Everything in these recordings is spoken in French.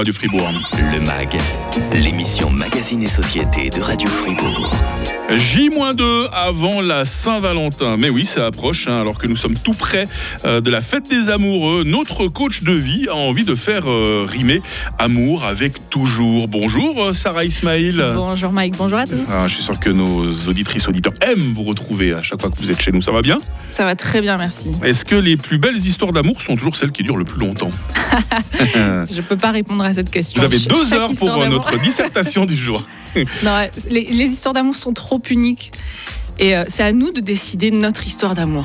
Radio Fribourg. Le MAG, l'émission Magazine et Société de Radio Fribourg. J-2 avant la Saint-Valentin. Mais oui, ça approche, alors que nous sommes tout près de la fête des amoureux. Notre coach de vie a envie de faire rimer amour avec toujours. Bonjour Sarah Ismail. Bonjour Mike, bonjour à tous. Je suis sûr que nos auditrices, auditeurs aiment vous retrouver à chaque fois que vous êtes chez nous. Ça va bien ? Ça va très bien, merci. Est-ce que les plus belles histoires d'amour sont toujours celles qui durent le plus longtemps ? Je ne peux pas répondre à cette question. Vous avez 2 heures pour notre dissertation du jour. Non, les histoires d'amour sont trop uniques et c'est à nous de décider notre histoire d'amour.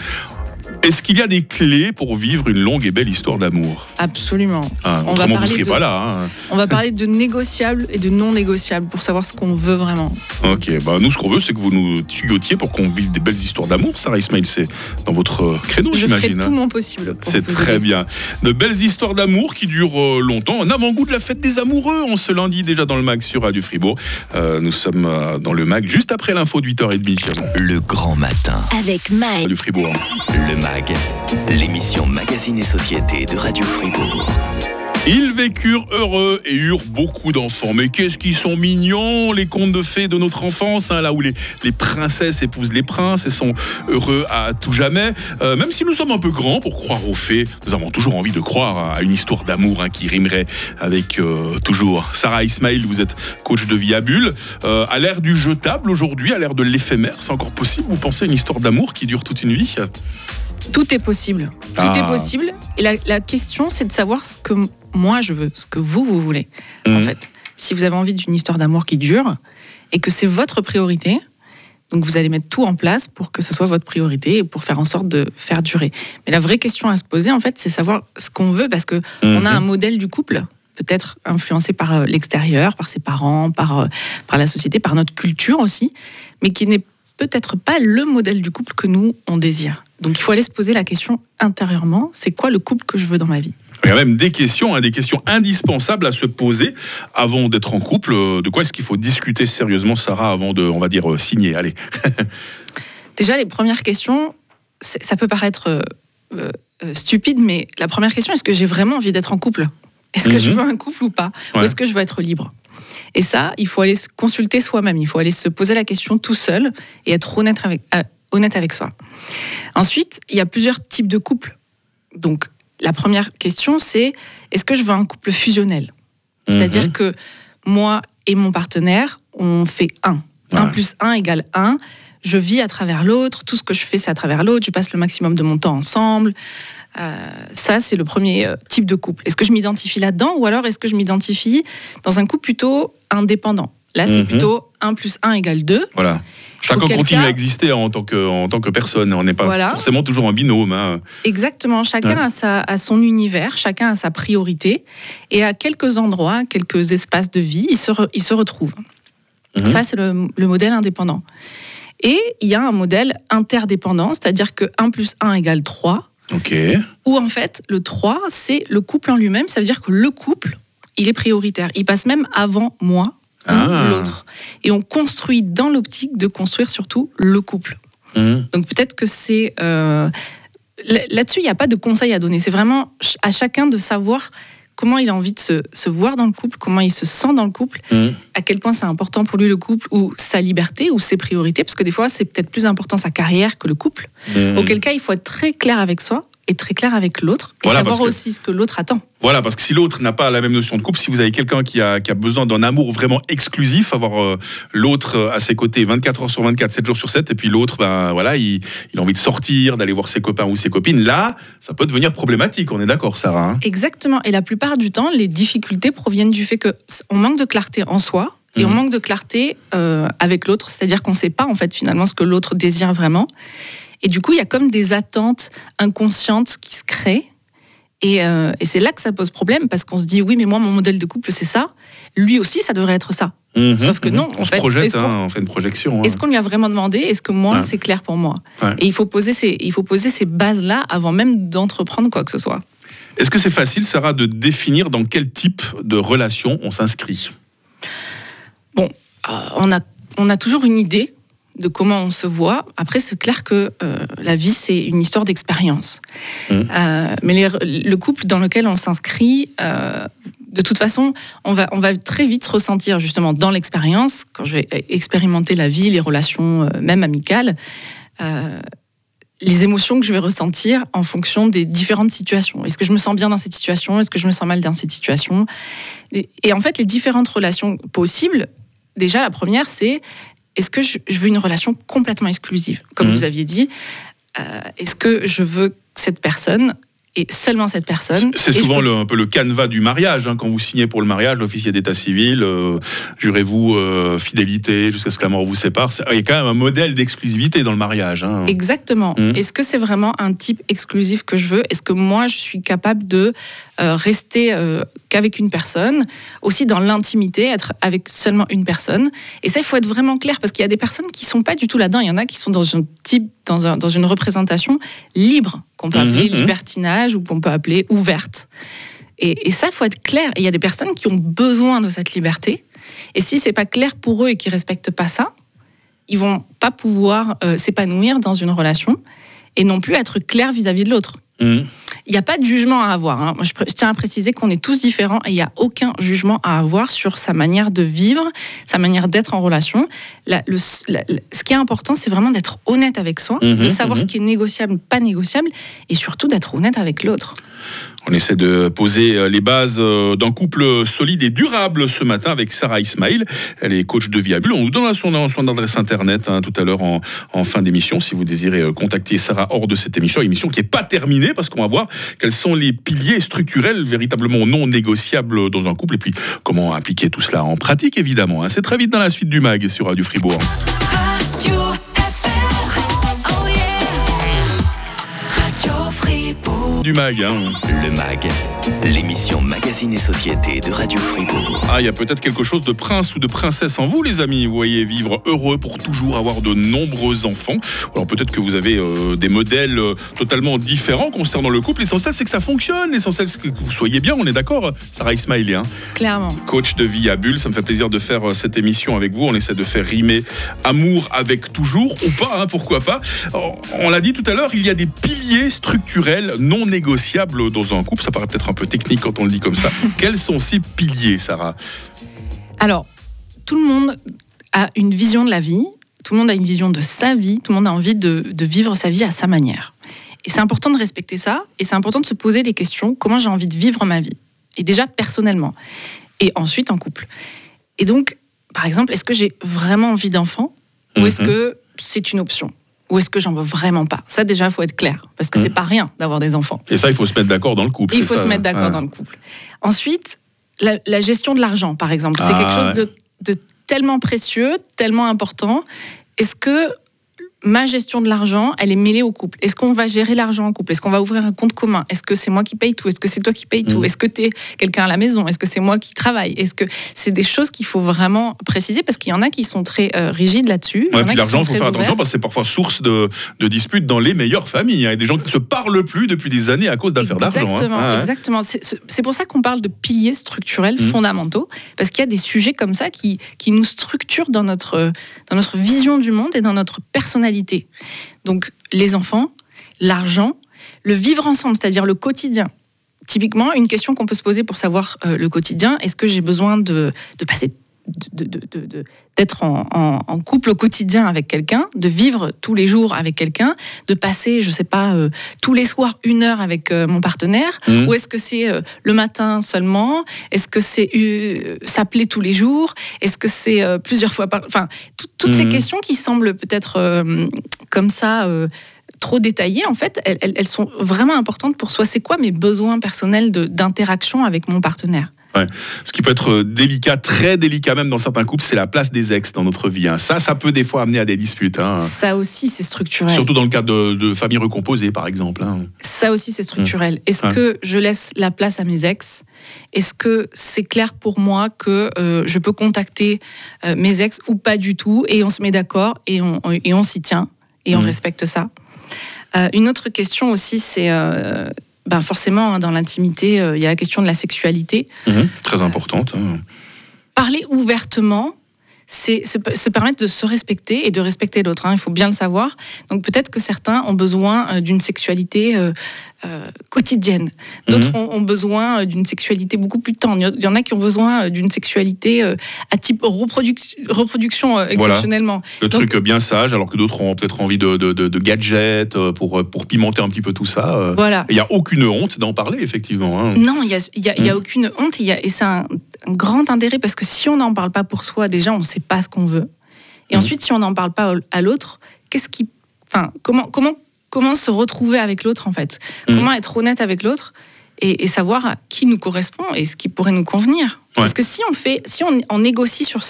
Est-ce qu'il y a des clés pour vivre une longue et belle histoire d'amour ? Absolument. Autrement, vous ne serez pas là. On va parler de négociables et de non négociables pour savoir ce qu'on veut vraiment. Ok, nous ce qu'on veut, c'est que vous nous tuyaudiez pour qu'on vive des belles histoires d'amour. Sarah Ismail, c'est dans votre créneau, j'imagine. Je ferai tout mon possible. C'est très bien. De belles histoires d'amour qui durent longtemps. Un avant-goût de la fête des amoureux. On se lundi déjà dans le MAG sur Radio Fribourg. Nous sommes dans le MAG juste après l'info de 8h30. Le grand matin. Avec Mike. Radio Fribourg. Le MAG, l'émission Magazine et Société de Radio Fribourg. Ils vécurent heureux et eurent beaucoup d'enfants. Mais qu'est-ce qu'ils sont mignons, les contes de fées de notre enfance, là où les princesses épousent les princes et sont heureux à tout jamais. Même si nous sommes un peu grands pour croire aux fées, nous avons toujours envie de croire à une histoire d'amour qui rimerait avec toujours. Sarah Ismail, vous êtes coach de vie à Bulle. À l'ère du jetable aujourd'hui, à l'ère de l'éphémère, c'est encore possible, vous pensez, une histoire d'amour qui dure toute une vie ? Tout est possible. Tout est possible. Et la question, c'est de savoir ce que moi je veux, ce que vous voulez. En fait, si vous avez envie d'une histoire d'amour qui dure et que c'est votre priorité, donc vous allez mettre tout en place pour que ce soit votre priorité et pour faire en sorte de faire durer. Mais la vraie question à se poser, en fait, c'est savoir ce qu'on veut, parce que on a un modèle du couple, peut-être influencé par l'extérieur, par ses parents, par la société, par notre culture aussi, mais qui n'est peut-être pas le modèle du couple que nous, on désire. Donc il faut aller se poser la question intérieurement, c'est quoi le couple que je veux dans ma vie ? Il y a même des questions indispensables à se poser avant d'être en couple. De quoi est-ce qu'il faut discuter sérieusement, Sarah, avant de, on va dire, signer ? Allez. Déjà, les premières questions, ça peut paraître stupide, mais la première question, est-ce que j'ai vraiment envie d'être en couple ? Est-ce que je veux un couple ou pas ? Ou est-ce que je veux être libre ? Et ça, il faut aller se consulter soi-même, il faut aller se poser la question tout seul et être honnête avec soi. Ensuite, il y a plusieurs types de couples. Donc, la première question, c'est est-ce que je veux un couple fusionnel ? C'est-à-dire que moi et mon partenaire, on fait 1. 1 plus 1 égale 1. Je vis à travers l'autre, tout ce que je fais, c'est à travers l'autre, je passe le maximum de mon temps ensemble. Ça, c'est le premier type de couple. Est-ce que je m'identifie là-dedans, ou alors est-ce que je m'identifie dans un couple plutôt indépendant ? Là, c'est plutôt 1 plus 1 égale 2. Voilà. Chacun continue à exister en tant que personne. On n'est pas forcément toujours en binôme. Exactement. Chacun a son univers, chacun a sa priorité. Et à quelques endroits, quelques espaces de vie, il se retrouve. Ça, c'est le modèle indépendant. Et il y a un modèle interdépendant, c'est-à-dire que 1 plus 1 égale 3. Où en fait, le 3, c'est le couple en lui-même. Ça veut dire que le couple, il est prioritaire. Il passe même avant moi ou l'autre. Et on construit dans l'optique de construire surtout le couple. Donc peut-être que c'est... là-dessus, il n'y a pas de conseil à donner. C'est vraiment à chacun de savoir comment il a envie de se voir dans le couple, comment il se sent dans le couple, à quel point c'est important pour lui le couple, ou sa liberté, ou ses priorités, parce que des fois, c'est peut-être plus important sa carrière que le couple. Auquel cas, il faut être très clair avec soi et très clair avec l'autre, et savoir aussi ce que l'autre attend. Voilà, parce que si l'autre n'a pas la même notion de couple, si vous avez quelqu'un qui a besoin d'un amour vraiment exclusif, avoir l'autre à ses côtés 24 heures sur 24, 7 jours sur 7, et puis l'autre, il a envie de sortir, d'aller voir ses copains ou ses copines, là, ça peut devenir problématique, on est d'accord, Sarah ? Exactement, et la plupart du temps, les difficultés proviennent du fait qu'on manque de clarté en soi, et on manque de clarté avec l'autre, c'est-à-dire qu'on ne sait pas, en fait, finalement, ce que l'autre désire vraiment. Et du coup, il y a comme des attentes inconscientes qui se créent. Et c'est là que ça pose problème, parce qu'on se dit, oui, mais moi, mon modèle de couple, c'est ça. Lui aussi, ça devrait être ça. Sauf que non, on se projette, on fait une projection. Est-ce qu'on lui a vraiment demandé ? Est-ce que moi, c'est clair pour moi ? Et il faut poser ces bases-là avant même d'entreprendre quoi que ce soit. Est-ce que c'est facile, Sarah, de définir dans quel type de relation on s'inscrit ? Bon, on a toujours une idée de comment on se voit. Après, c'est clair que la vie, c'est une histoire d'expérience. Mais le couple dans lequel on s'inscrit, De toute façon, on va très vite ressentir, justement, dans l'expérience, quand je vais expérimenter la vie, les relations, même amicales, les émotions que je vais ressentir en fonction des différentes situations. Est-ce que je me sens bien dans cette situation ? Est-ce que je me sens mal dans cette situation ? Et en fait, les différentes relations possibles, déjà, la première, c'est est-ce que je veux une relation complètement exclusive ? Comme vous aviez dit, est-ce que je veux cette personne et seulement cette personne. C'est souvent un peu le canevas du mariage. Quand vous signez pour le mariage, l'officier d'état civil, jurez-vous fidélité jusqu'à ce que la mort vous sépare. Il y a quand même un modèle d'exclusivité dans le mariage. Exactement. Est-ce que c'est vraiment un type exclusif que je veux ? Est-ce que moi, je suis capable de rester qu'avec une personne, aussi dans l'intimité, être avec seulement une personne ? Et ça, il faut être vraiment clair, parce qu'il y a des personnes qui ne sont pas du tout là-dedans. Il y en a qui sont dans une représentation libre, qu'on peut appeler libertinage ou qu'on peut appeler ouverte. Et ça, il faut être clair. Et il y a des personnes qui ont besoin de cette liberté. Et si ce n'est pas clair pour eux et qu'ils ne respectent pas ça, ils ne vont pas pouvoir s'épanouir dans une relation et non plus être clair vis-à-vis de l'autre. Il n'y a pas de jugement à avoir. Moi, je tiens à préciser qu'on est tous différents et il n'y a aucun jugement à avoir sur sa manière de vivre, sa manière d'être en relation. Ce qui est important, c'est vraiment d'être honnête avec soi, de savoir ce qui est négociable, pas négociable, et surtout d'être honnête avec l'autre. On essaie de poser les bases d'un couple solide et durable ce matin avec Sarah Ismail. Elle est coach de vie à Bulle. On nous donne son adresse internet tout à l'heure en fin d'émission. Si vous désirez contacter Sarah hors de cette émission qui n'est pas terminée, parce qu'on va voir quels sont les piliers structurels véritablement non négociables dans un couple et puis comment appliquer tout cela en pratique, évidemment. C'est très vite dans la suite du MAG sur Radio Fribourg. Du MAG. Le MAG, l'émission Magazine et Société de Radio Fribourg. Il y a peut-être quelque chose de prince ou de princesse en vous, les amis. Vous voyez, vivre heureux pour toujours, avoir de nombreux enfants. Alors peut-être que vous avez des modèles totalement différents concernant le couple. L'essentiel, c'est que ça fonctionne. L'essentiel, c'est que vous soyez bien. On est d'accord, Sarah Ismaili, Clairement. Coach de vie à Bulle. Ça me fait plaisir de faire cette émission avec vous. On essaie de faire rimer amour avec toujours, ou pas, pourquoi pas. Alors, on l'a dit tout à l'heure, il y a des piliers structurels non négociables dans un couple. Ça paraît peut-être un peu technique quand on le dit comme ça. Quels sont ces piliers, Sarah ? Alors, tout le monde a une vision de la vie, tout le monde a une vision de sa vie, tout le monde a envie de vivre sa vie à sa manière. Et c'est important de respecter ça, et c'est important de se poser des questions, comment j'ai envie de vivre ma vie ? Et déjà personnellement, et ensuite en couple. Et donc, par exemple, est-ce que j'ai vraiment envie d'enfant ? Ou est-ce que c'est une option ? Ou est-ce que j'en veux vraiment pas ? Ça, déjà, il faut être clair, parce que c'est pas rien d'avoir des enfants. Et ça, il faut se mettre d'accord dans le couple. Il faut se mettre d'accord dans le couple. Ensuite, la gestion de l'argent, par exemple, c'est quelque chose de tellement précieux, tellement important. Est-ce que ma gestion de l'argent, elle est mêlée au couple ? Est-ce qu'on va gérer l'argent en couple ? Est-ce qu'on va ouvrir un compte commun ? Est-ce que c'est moi qui paye tout ? Est-ce que c'est toi qui paye tout ? Est-ce que tu es quelqu'un à la maison ? Est-ce que c'est moi qui travaille ? Est-ce que c'est des choses qu'il faut vraiment préciser ? Parce qu'il y en a qui sont très rigides là-dessus. Ouais, puis l'argent, il faut faire attention parce que c'est parfois source de disputes dans les meilleures familles. Il y a des gens qui ne se parlent plus depuis des années à cause d'affaires d'argent. Exactement. C'est pour ça qu'on parle de piliers structurels fondamentaux, parce qu'il y a des sujets comme ça qui nous structurent dans notre vision du monde et dans notre personnalité. Donc, les enfants, l'argent, le vivre ensemble, c'est-à-dire le quotidien. Typiquement, une question qu'on peut se poser pour savoir le quotidien, est-ce que j'ai besoin de passer, d'être en couple au quotidien avec quelqu'un, de vivre tous les jours avec quelqu'un, de passer, je ne sais pas, tous les soirs 1 heure avec mon partenaire, ou est-ce que c'est le matin seulement ? Est-ce que c'est s'appeler tous les jours ? Est-ce que c'est plusieurs fois par... Enfin, toutes ces questions qui semblent peut-être comme ça... trop détaillées, en fait, elles sont vraiment importantes pour soi. C'est quoi mes besoins personnels d'interaction avec mon partenaire ? Ouais. Ce qui peut être délicat, très délicat même dans certains couples, c'est la place des ex dans notre vie. Ça peut des fois amener à des disputes. Ça aussi, c'est structurel. Surtout dans le cadre de familles recomposées, par exemple. Ça aussi, c'est structurel. Est-ce que je laisse la place à mes ex ? Est-ce que c'est clair pour moi que je peux contacter mes ex ou pas du tout ? Et on se met d'accord et on s'y tient et on respecte ça. Une autre question aussi, c'est... forcément, dans l'intimité, il y a la question de la sexualité. Très importante. Parler ouvertement, c'est se permettre de se respecter et de respecter l'autre. Il faut bien le savoir. Donc peut-être que certains ont besoin d'une sexualité quotidienne. D'autres ont besoin d'une sexualité beaucoup plus tendre. Il y en a qui ont besoin d'une sexualité à type reproduction exceptionnellement. Voilà. Truc bien sage, alors que d'autres ont peut-être envie de gadgets pour pimenter un petit peu tout ça. Voilà. Il n'y a aucune honte d'en parler, effectivement. Non, il y a aucune honte. Et c'est un grand intérêt, parce que si on n'en parle pas pour soi, déjà, on ne sait pas ce qu'on veut. Et ensuite, si on n'en parle pas à l'autre, comment se retrouver avec l'autre, en fait ? Comment être honnête avec l'autre et savoir qui nous correspond et ce qui pourrait nous convenir. Ouais. Parce que si on négocie sur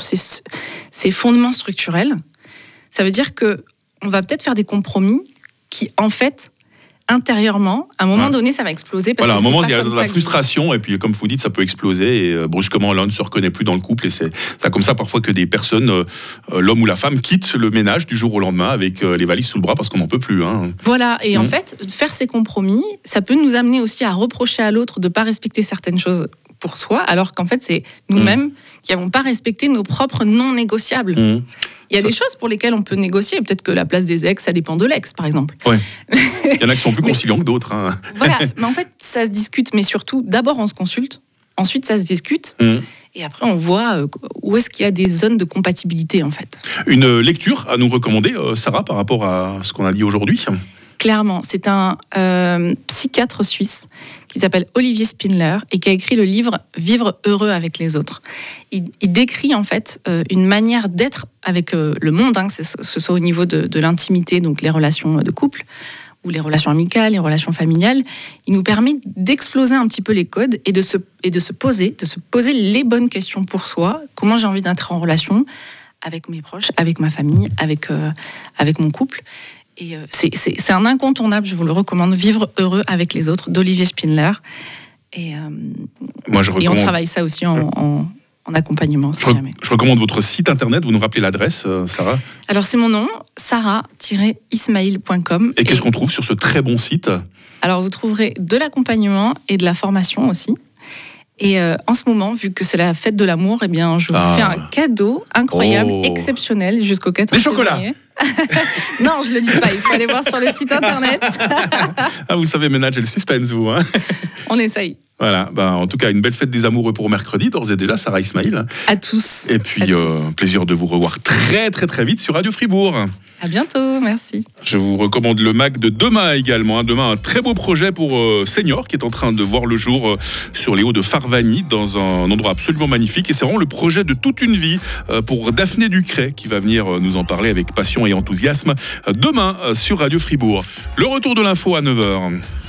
ces fondements structurels, ça veut dire qu'on va peut-être faire des compromis qui, en fait, intérieurement, à un moment donné, ça va exploser. Parce à un moment, il y a de la frustration, et puis, comme vous dites, ça peut exploser, et brusquement, l'un ne se reconnaît plus dans le couple, et c'est comme ça parfois que des personnes, l'homme ou la femme, quittent le ménage du jour au lendemain avec les valises sous le bras parce qu'on n'en peut plus. Voilà, et en fait, faire ces compromis, ça peut nous amener aussi à reprocher à l'autre de ne pas respecter certaines choses pour soi, alors qu'en fait, c'est nous-mêmes qui n'avons pas respecté nos propres non négociables. Il y a des choses pour lesquelles on peut négocier. Peut-être que la place des ex, ça dépend de l'ex, par exemple. Ouais. Il y en a qui sont plus conciliants que d'autres. Voilà, mais en fait, ça se discute. Mais surtout, d'abord, on se consulte. Ensuite, ça se discute. Et après, on voit où est-ce qu'il y a des zones de compatibilité, en fait. Une lecture à nous recommander, Sarah, par rapport à ce qu'on a dit aujourd'hui ? Clairement, c'est un psychiatre suisse qui s'appelle Olivier Spindler et qui a écrit le livre « Vivre heureux avec les autres ». Il décrit en fait une manière d'être avec le monde, que ce soit au niveau de l'intimité, donc les relations de couple, ou les relations amicales, les relations familiales. Il nous permet d'exploser un petit peu les codes et de se poser les bonnes questions pour soi. Comment j'ai envie d'être en relation avec mes proches, avec ma famille, avec mon couple. Et c'est un incontournable, je vous le recommande, Vivre heureux avec les autres, d'Olivier Spindler. Et on travaille ça aussi en accompagnement, si jamais. Je recommande votre site internet, vous nous rappelez l'adresse, Sarah ? Alors c'est mon nom, sarah-ismail.com. Et qu'est-ce qu'on trouve sur ce très bon site ? Alors vous trouverez de l'accompagnement et de la formation aussi. Et en ce moment, vu que c'est la fête de l'amour, je vous fais un cadeau incroyable, exceptionnel, jusqu'au 14 février. Des chocolats. Non, je le dis pas, il faut aller voir sur le site internet. Vous savez manager le suspense, vous. On essaye. Voilà, en tout cas, une belle fête des amoureux pour mercredi, d'ores et déjà, Sarah Ismail. À tous. Et puis, plaisir de vous revoir très, très, très vite sur Radio Fribourg. À bientôt, merci. Je vous recommande le MAC de demain également. Demain, un très beau projet pour Senior qui est en train de voir le jour sur les hauts de Farvagny, dans un endroit absolument magnifique. Et c'est vraiment le projet de toute une vie pour Daphné Ducret qui va venir nous en parler avec passion et enthousiasme demain sur Radio Fribourg. Le retour de l'info à 9h.